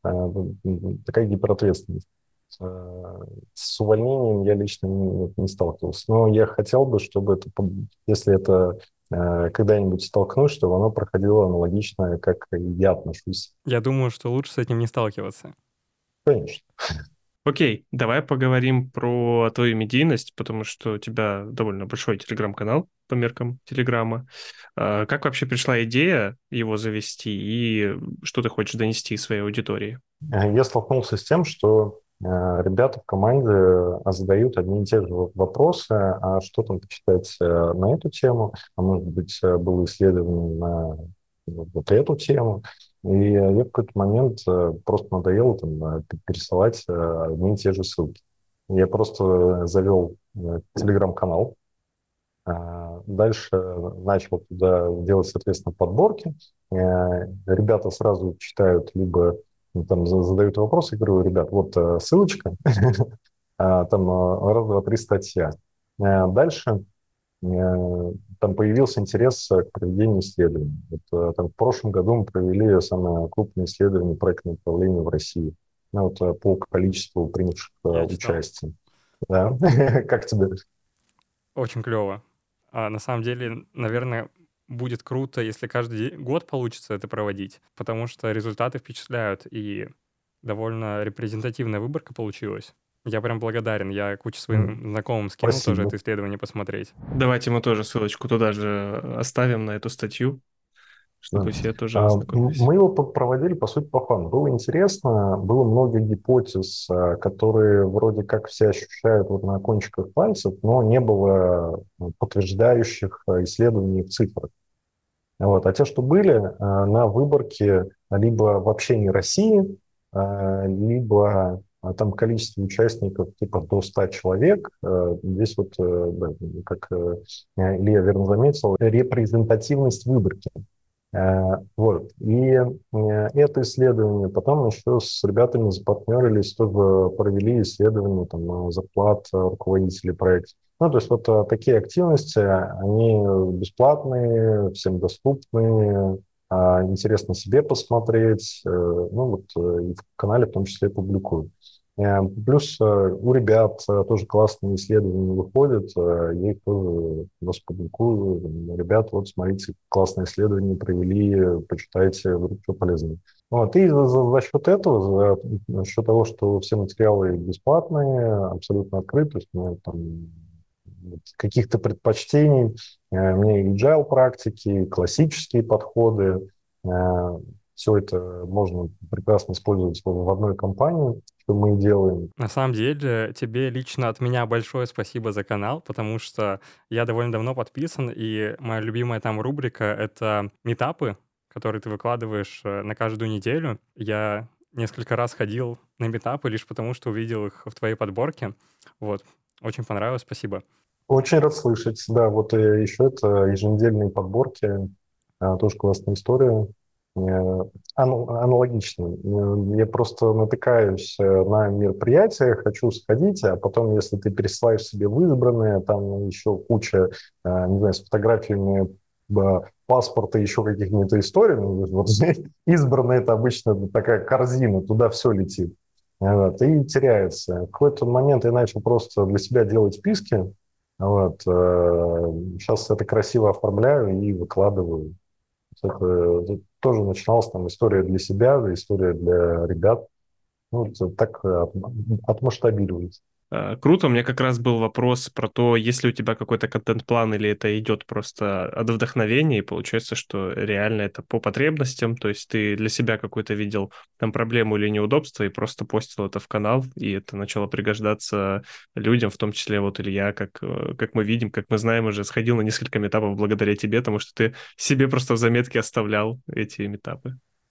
э, такая гиперответственность. Э, С увольнением я лично не, не сталкивался. Но я хотел бы, чтобы это, по- если это э, когда-нибудь столкнусь, чтобы оно проходило аналогично, как и я отношусь. Я думаю, что лучше с этим не сталкиваться. Конечно. Окей, давай поговорим про твою медийность, потому что у тебя довольно большой телеграм-канал по меркам Телеграма. А, Как вообще пришла идея его завести и что ты хочешь донести своей аудитории? Э, Я столкнулся с тем, что э, ребята в команде э, задают одни и те же вопросы, а что там почитать э, на эту тему, а может быть, э, было исследование на ну, вот эту тему. И я в какой-то момент э, просто надоело там э, п- пересылать э, одни и те же ссылки. Я просто завел э, телеграм-канал, а, дальше начал туда делать, соответственно, подборки. Э, Ребята сразу читают, либо ну, там за- задают вопросы. Я говорю, ребят, вот э, ссылочка, а, там э, раз, два, три статья. Э, Дальше э, там появился интерес э, к проведению исследований. Вот, э, там, в прошлом году мы провели самое крупное исследование проектного управления в России. Ну, вот, э, по количеству принявших э, Я читал. участие. Да? Как тебе? Очень клево. А на самом деле, наверное, будет круто, если каждый де- год получится это проводить, потому что результаты впечатляют, и довольно репрезентативная выборка получилась. Я прям благодарен. Я куче М, своим знакомым скинул тоже Спасибо. это исследование посмотреть. Давайте мы тоже ссылочку туда же оставим на эту статью, Да. чтобы все тоже А, м- ознакомились. Мы его по- проводили, по сути, по фану. Было интересно, было много гипотез, а, которые вроде как все ощущают вот на кончиках пальцев, но не было а, подтверждающих а, исследований в цифрах. Вот. А те, что были, а, на выборке либо вообще не России, а, либо а, там количество участников типа до ста человек. А, Здесь вот, э, да, как э, Илья верно заметил, репрезентативность выборки. Э, Вот. И э, это исследование. Потом еще с ребятами запартнерились, тоже провели исследование там, на зарплат э, руководителей проекта. Ну, то есть вот э, такие активности, они бесплатные, всем доступные, а, интересно себе посмотреть. э, Ну, вот э, и в канале в том числе публикую. Э, Плюс э, у ребят э, тоже классные исследования выходят, э, я их тоже вас публикую. Ребят, вот смотрите, классное исследование провели, э, почитайте, вдруг что полезно. Вот, и за, за- за счет этого, за, за счет того, что все материалы бесплатные, абсолютно открыты, то есть у меня там вот каких-то предпочтений, э, мне и agile практики, и классические подходы, все это можно прекрасно использовать в в одной компании, что мы и делаем. На самом деле, тебе лично от меня большое спасибо за канал, потому что я довольно давно подписан, и моя любимая там рубрика — это метапы, которые ты выкладываешь э, на каждую неделю. Я несколько раз ходил на метапы лишь потому, что увидел их в твоей подборке. Вот. Очень понравилось, спасибо. Очень рад слышать. Да, вот и еще это еженедельные подборки. А, Тоже классная история. Э, ан- Аналогично. Э, Я просто натыкаюсь э, на мероприятия, хочу сходить, а потом, если ты пересылаешь себе в избранные, там еще куча, э, не знаю, с фотографиями ба- паспорта, еще каких-нибудь историй. Ну, вот избранные — это обычно такая корзина, туда все летит. Вот, и теряется. В какой-то момент я начал просто для себя делать списки. Вот, сейчас это красиво оформляю и выкладываю. Это, это тоже начиналась там история для себя, да, история для ребят. Ну, вот так э, от- отмасштабировать. Э, Круто, у меня как раз был вопрос про то, есть ли у тебя какой-то контент-план или это идет просто от вдохновения, и получается, что реально это по потребностям, то есть ты для себя какой-то видел там проблему или неудобство и просто постил это в канал, и это начало пригождаться людям, в том числе вот Илья, как, э, как мы видим, как мы знаем, уже сходил на несколько метапов благодаря тебе, потому что ты себе просто в заметке оставлял эти метапы.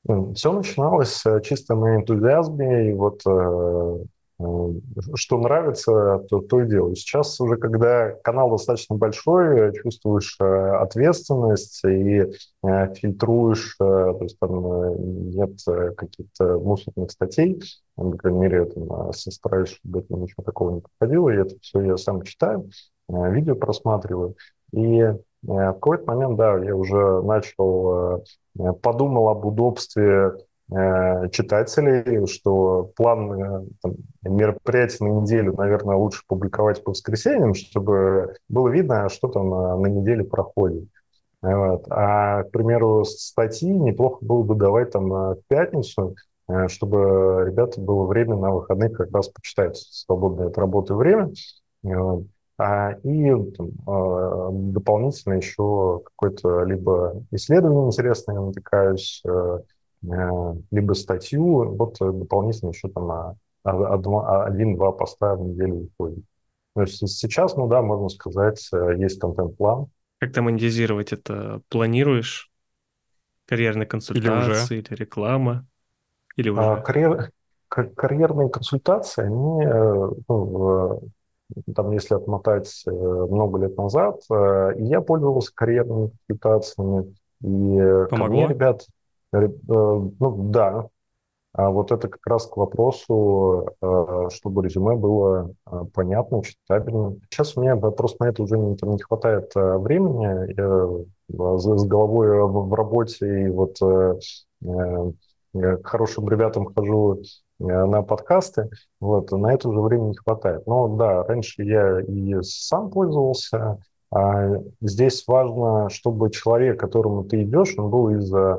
Все начиналось э, чисто на энтузиазме, и вот э, э, что нравится, то, то и делаю. Сейчас уже, когда канал достаточно большой, чувствуешь э, ответственность и э, фильтруешь, э, то есть там э, нет э, каких-то мусорных статей, по крайней мере, там, э, стараюсь, чтобы это ничего такого не проходило, и это все я сам читаю, э, видео просматриваю, и э, в какой-то момент, да, я уже начал... э, подумал об удобстве э, читателей, что план э, там, мероприятий на неделю, наверное, лучше публиковать по воскресеньям, чтобы было видно, что там на, на неделе проходит. Вот. А, к примеру, статьи неплохо было бы давать там э, в пятницу, э, чтобы ребята было время на выходных как раз почитать свободное от работы время. Вот. А, и там, э, дополнительно еще какое-то либо исследование интересное я натыкаюсь, э, э, либо статью, вот э, дополнительно еще там а, а- одно- один-два поста в неделю выходит. То есть сейчас, ну да, можно сказать, э, есть контент-план. Как то монетизировать это планируешь? Карьерные Или уже? консультации или реклама? Или А, уже? Карьер, кар- карьерные консультации, они, э, ну, в- там, если отмотать э, много лет назад, э, и я пользовался карьерными консультациями, и э, ко мне Помогло? ребят, э, э, ну да, а вот это как раз к вопросу, э, чтобы резюме было э, понятно, читабельно. Сейчас у меня просто на это уже не, там не хватает э, времени. Я э, с с головой в в работе и вот э, э, я к хорошим ребятам хожу э, на подкасты. Вот, на это уже времени не хватает. Но да, раньше я и сам пользовался. А здесь важно, чтобы человек, к которому ты идешь, он был из э,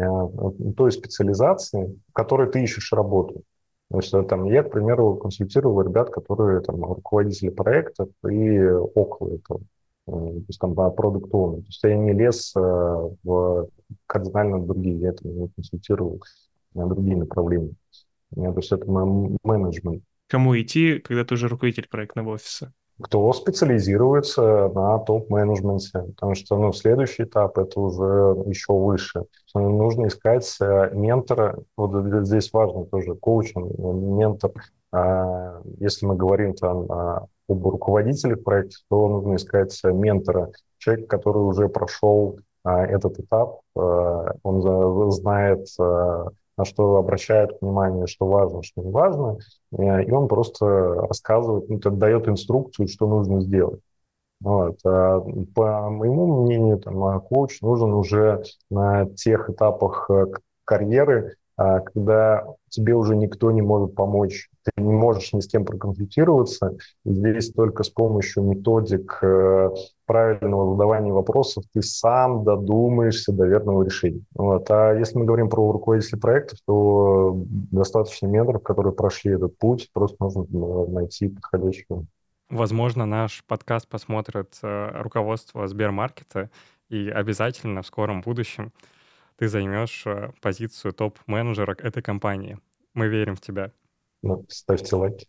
той специализации, в которой ты ищешь работу. То есть э, там, я, к примеру, консультировал ребят, которые там, руководители проектов и около этого. Э, То есть там продукт оунер. То есть я не лез э, в кардинально другие, я это не консультировал на другие направления. Э, То есть это м- менеджмент. Кому идти, когда ты уже руководитель проектного офиса? Кто специализируется на топ-менеджменте, потому что ну, следующий этап это уже еще выше. Нужно искать э, ментора. Вот здесь важно тоже коучинг, ментор. А, Если мы говорим там а, об руководителях проекта, то нужно искать ментора, человек, который уже прошел а, этот этап, а, он за- знает, а, на что обращает внимание, что важно, что не важно, Э, и он просто рассказывает, ну, т- дает инструкцию, что нужно сделать. Вот. А по моему мнению, там, а, коуч нужен уже на тех этапах э, к- карьеры, а, когда тебе уже никто не может помочь, ты не можешь ни с кем проконсультироваться. И здесь только с помощью методик э, правильного задавания вопросов ты сам додумаешься до верного решения. Вот. А если мы говорим про руководителей проектов, то достаточно менторов, которые прошли этот путь, просто нужно э, найти подходящего. Возможно, наш подкаст посмотрит э, руководство Сбермаркета, и обязательно в скором будущем ты займешь э, позицию топ-менеджера этой компании. Мы верим в тебя. Ну, ставьте лайки.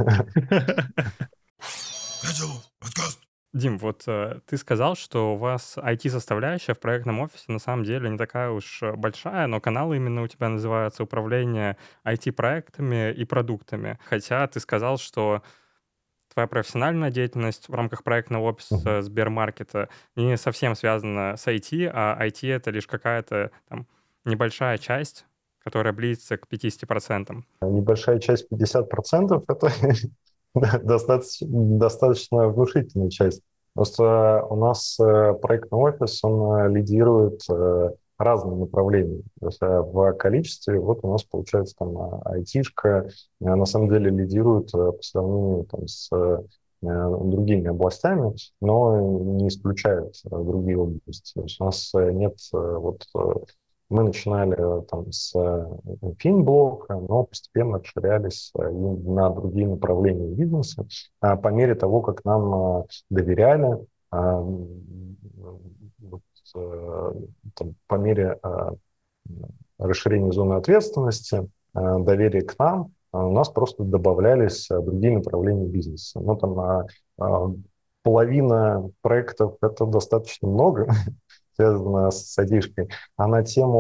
Дим, вот э, ты сказал, что у вас ай ти-составляющая в проектном офисе на самом деле не такая уж э, большая, но канал именно у тебя называется «Управление ай ти-проектами и продуктами». Хотя ты сказал, что твоя профессиональная деятельность в рамках проектного Мгм. офиса Сбермаркета не совсем связана с ай ти, а ай ти — это лишь какая-то там небольшая часть, которая близится к пятидесяти процентам. Небольшая часть пятьдесят процентов это достаточно, достаточно внушительная часть. Просто у нас э, проектный офис, он э, лидирует э, разные направления. То есть э, в количестве, вот у нас получается там а, айтишка, э, на самом деле лидирует э, по сравнению там, с э, другими областями, но не исключает э, другие области. То есть у нас э, нет э, вот э, мы начинали э, там с э, финблока, но постепенно расширялись э, и на другие направления бизнеса. А по мере того, как нам э, доверяли, а, м, вот, э, там, по мере э, расширения зоны ответственности, э, доверия к нам, э, у нас просто добавлялись э, другие направления бизнеса. Ну, там, а, а, половина проектов — это достаточно много, связано с айтишкой. А на тему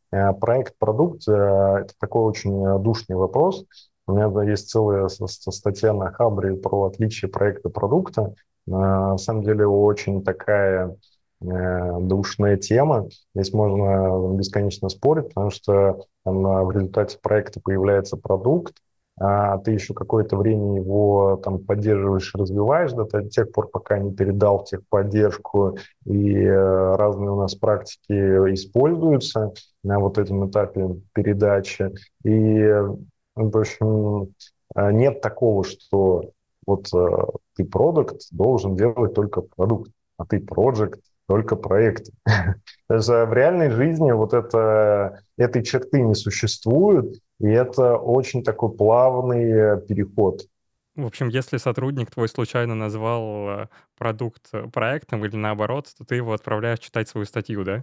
Э, Проект, продукт, э, это такой очень э, душный вопрос. У меня да, есть целая с- с- статья на Хабре про отличие проекта и продукта. Э, На самом деле очень такая э, душная тема. Здесь можно бесконечно спорить, потому что там, э, в результате проекта появляется продукт, а ты еще какое-то время его там поддерживаешь, развиваешь до те- тех пор, пока не передал в техподдержку, и э, разные у нас практики используются на вот этом этапе передачи. И, э, в общем, э, нет такого, что вот э, ты продукт должен делать только продукт, а ты проект только проект. Даже в реальной жизни вот это, этой черты не существует, и это очень такой плавный э, переход. В общем, если сотрудник твой случайно назвал э, продукт э, проектом или наоборот, то ты его отправляешь читать свою статью, да?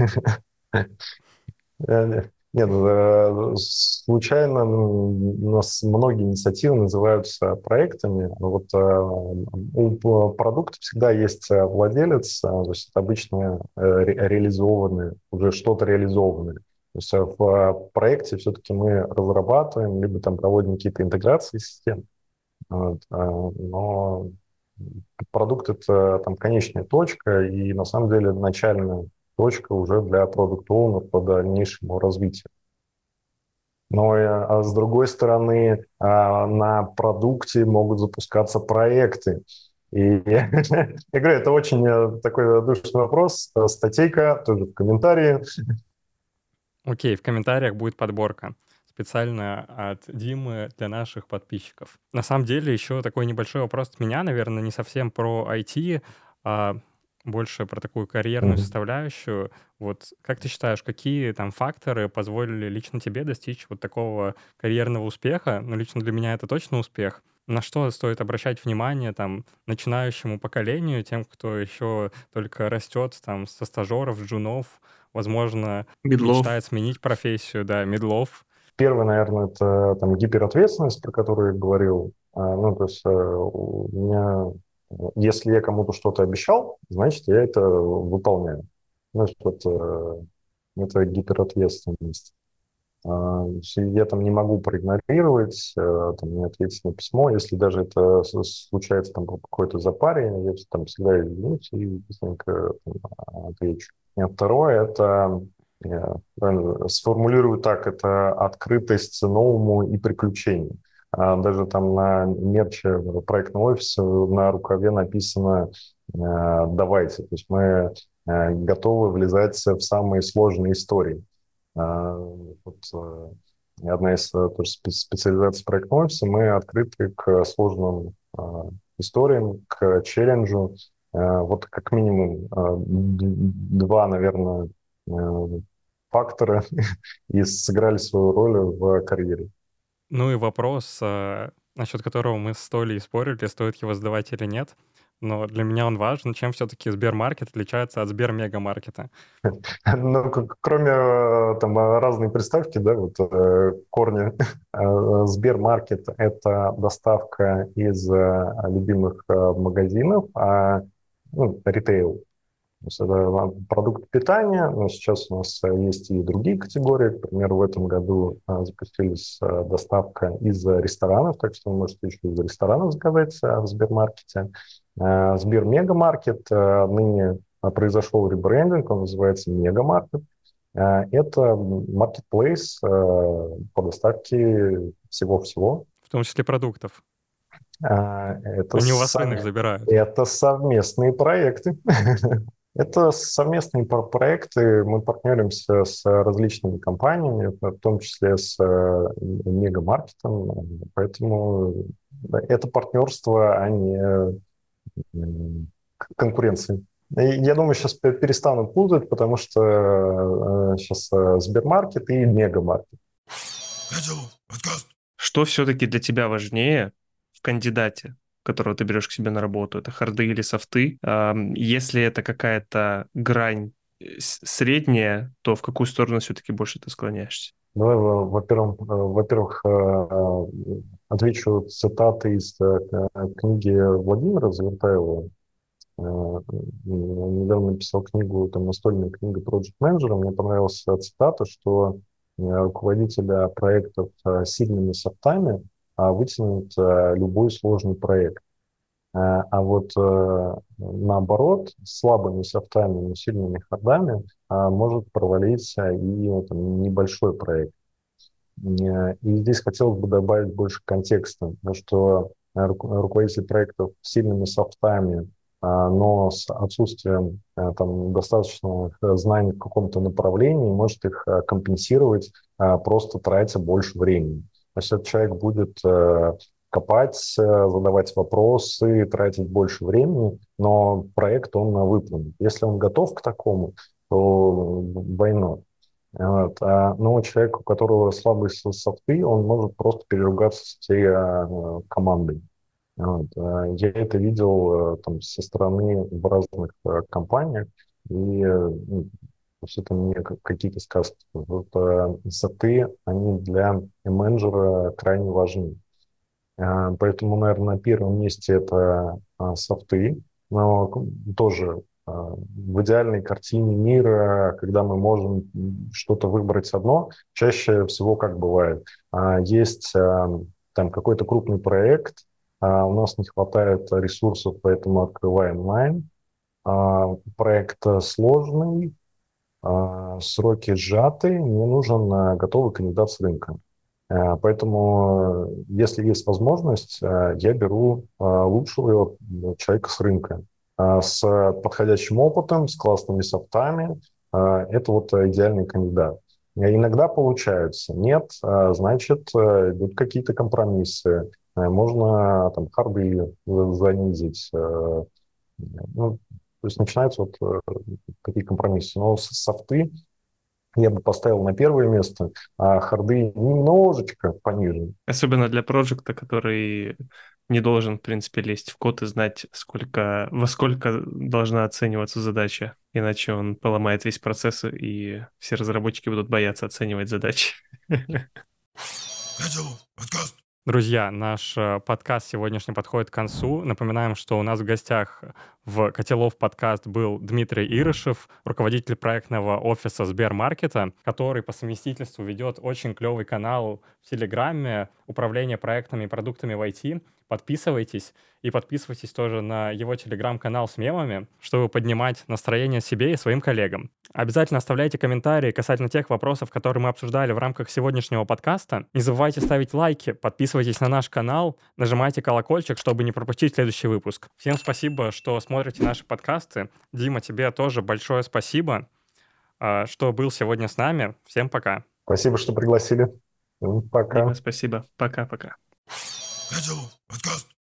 Э, Нет, э, случайно м, у нас многие инициативы называются проектами. Вот э, у п- продукта всегда есть э, владелец, э, то есть это обычно э, ре- реализованные, уже что-то реализованное. То есть э, в э, проекте все-таки мы разрабатываем, либо там проводим какие-то интеграции систем. Вот, э, но продукт — это там конечная точка, и на самом деле начальная точка уже для продукт-оунеров по дальнейшему развитию. Но э, а с другой стороны, а, на продукте могут запускаться проекты. И я говорю, это очень э, такой душный вопрос. Э, Статейка тоже в комментарии. Окей, в комментариях будет подборка специально от Димы для наших подписчиков. На самом деле, еще такой небольшой вопрос от меня, наверное, не совсем про ай ти, а больше про такую карьерную Мгм. составляющую. Вот как ты считаешь, какие там факторы позволили лично тебе достичь вот такого карьерного успеха? Ну, лично для меня это точно успех. На что стоит обращать внимание там начинающему поколению, тем, кто еще только растет там со стажеров, джунов, возможно, Бедлов. мечтает сменить профессию, да, медлов. Первый, наверное, это там гиперответственность, про которую я говорил. А, Ну, то есть э, у меня, э, если я кому-то что-то обещал, значит, я это выполняю. Значит, вот э, это гиперответственность. А, если я там не могу проигнорировать, э, там, не ответить на письмо, если даже это с- случается там по какой-то запаре, я там всегда извинюсь и быстренько там, а, отвечу. И второе — это, я правильно сформулирую так, это открытость новому и приключению. А даже там на мерче проектного офиса на рукаве написано э, «давайте». То есть мы э, готовы влезать в самые сложные истории. А, Вот, э, одна из э, тоже спе- специализаций проектного офиса. Мы открыты к сложным а, историям, к челленджу. Э, Вот как минимум а, д- два, наверное, э, фактора и сыграли свою роль в карьере. Ну и вопрос, а, насчет которого мы с Толей спорили, стоит его задавать или нет. Но для меня он важен. Чем все-таки Сбермаркет отличается от Сбермегамаркета? Ну, к- кроме э, там э, разной приставки, да, вот э, корни. Э, Сбермаркет — это доставка из э, любимых э, магазинов, а ну, ритейл. То есть это э, продукт питания, но сейчас у нас э, есть и другие категории. К примеру, в этом году э, запустилась э, доставка из ресторанов, так что вы можете еще из ресторанов заказать э, в Сбермаркете. Э, Сбермегамаркет э, ныне э, произошел ребрендинг, он называется Мегамаркет. Э, Это маркетплейс э, по доставке всего-всего. В том числе продуктов. Э, Это, Они у вас сов- рынок забирают. это совместные проекты. Это совместные про- проекты. Мы партнеримся с различными компаниями, в том числе с э, мегамаркетом. Поэтому да, это партнерство, а не м, к- конкуренция. И я думаю, сейчас перестану путать, потому что сейчас Сбермаркет и Мегамаркет. Что все-таки для тебя важнее в кандидате, которого ты берешь к себе на работу? Это харды или софты? Ам, Если это какая-то грань э, с- средняя, то в какую сторону все-таки больше ты склоняешься? Давай, во- во-первых, э, во-первых, э, э, отвечу цитаты из э, книги Владимира Завертаева. недавно написал книгу, там, настольная книга Project Manager. Мне понравилась цитата, что руководителя проектов с сильными софтами вытянет любой сложный проект. А вот наоборот, с слабыми софтами, но сильными хардами может провалиться и там, небольшой проект. И здесь хотелось бы добавить больше контекста, потому что руководитель проектов с сильными софтами, но с отсутствием там, достаточных знаний в каком-то направлении, может их компенсировать, просто тратя больше времени. То есть этот человек будет копать, задавать вопросы, тратить больше времени, но проект он выполнит. Если он готов к такому, то why not? Вот. А, но человек, у которого слабые софты, он может просто переругаться с всей а, командой. Вот. А, я это видел а, там, со стороны в разных а, компаниях, и ну, то есть это не какие-то сказки. Вот, а, софты, они для менеджера крайне важны. А, поэтому, наверное, на первом месте это а, софты, но тоже а, в идеальной картине мира, когда мы можем что-то выбрать одно, чаще всего как бывает. а, Есть а, там какой-то крупный проект, а у нас не хватает ресурсов, поэтому открываем найм. А, Проект сложный, а, сроки сжаты, мне нужен а, готовый кандидат с рынка. Э, Поэтому, э, если есть возможность, э, я беру э, лучшего э, человека с рынка, э, с подходящим опытом, с классными софтами. Э, Это вот э, идеальный кандидат. Э, Иногда получается. Нет, э, значит, э, идут какие-то компромиссы. Э, Можно там харды занизить. э, Ну, то есть начинаются вот э, такие компромиссы. Но с- софты я бы поставил на первое место, а харды немножечко пониже. Особенно для проекта, который не должен, в принципе, лезть в код и знать, сколько, во сколько должна оцениваться задача. Иначе он поломает весь процесс, и все разработчики будут бояться оценивать задачи. Друзья, наш э, подкаст сегодняшний подходит к концу. Напоминаем, что у нас в гостях в Котелов подкаст был Дмитрий Ирышев, руководитель проектного офиса Сбермаркета, который по совместительству ведет очень клевый канал в Телеграме управления проектами и продуктами в ай ти. Подписывайтесь и подписывайтесь тоже на его телеграм-канал с мемами, чтобы поднимать настроение себе и своим коллегам. Обязательно оставляйте комментарии касательно тех вопросов, которые мы обсуждали в рамках сегодняшнего подкаста. Не забывайте ставить лайки, подписывайтесь на наш канал, нажимайте колокольчик, чтобы не пропустить следующий выпуск. Всем спасибо, что смотрите наши подкасты. Дима, тебе тоже большое спасибо, а, что был сегодня с нами. Всем пока. Спасибо, что пригласили. М, Пока. Дима, спасибо. Пока-пока.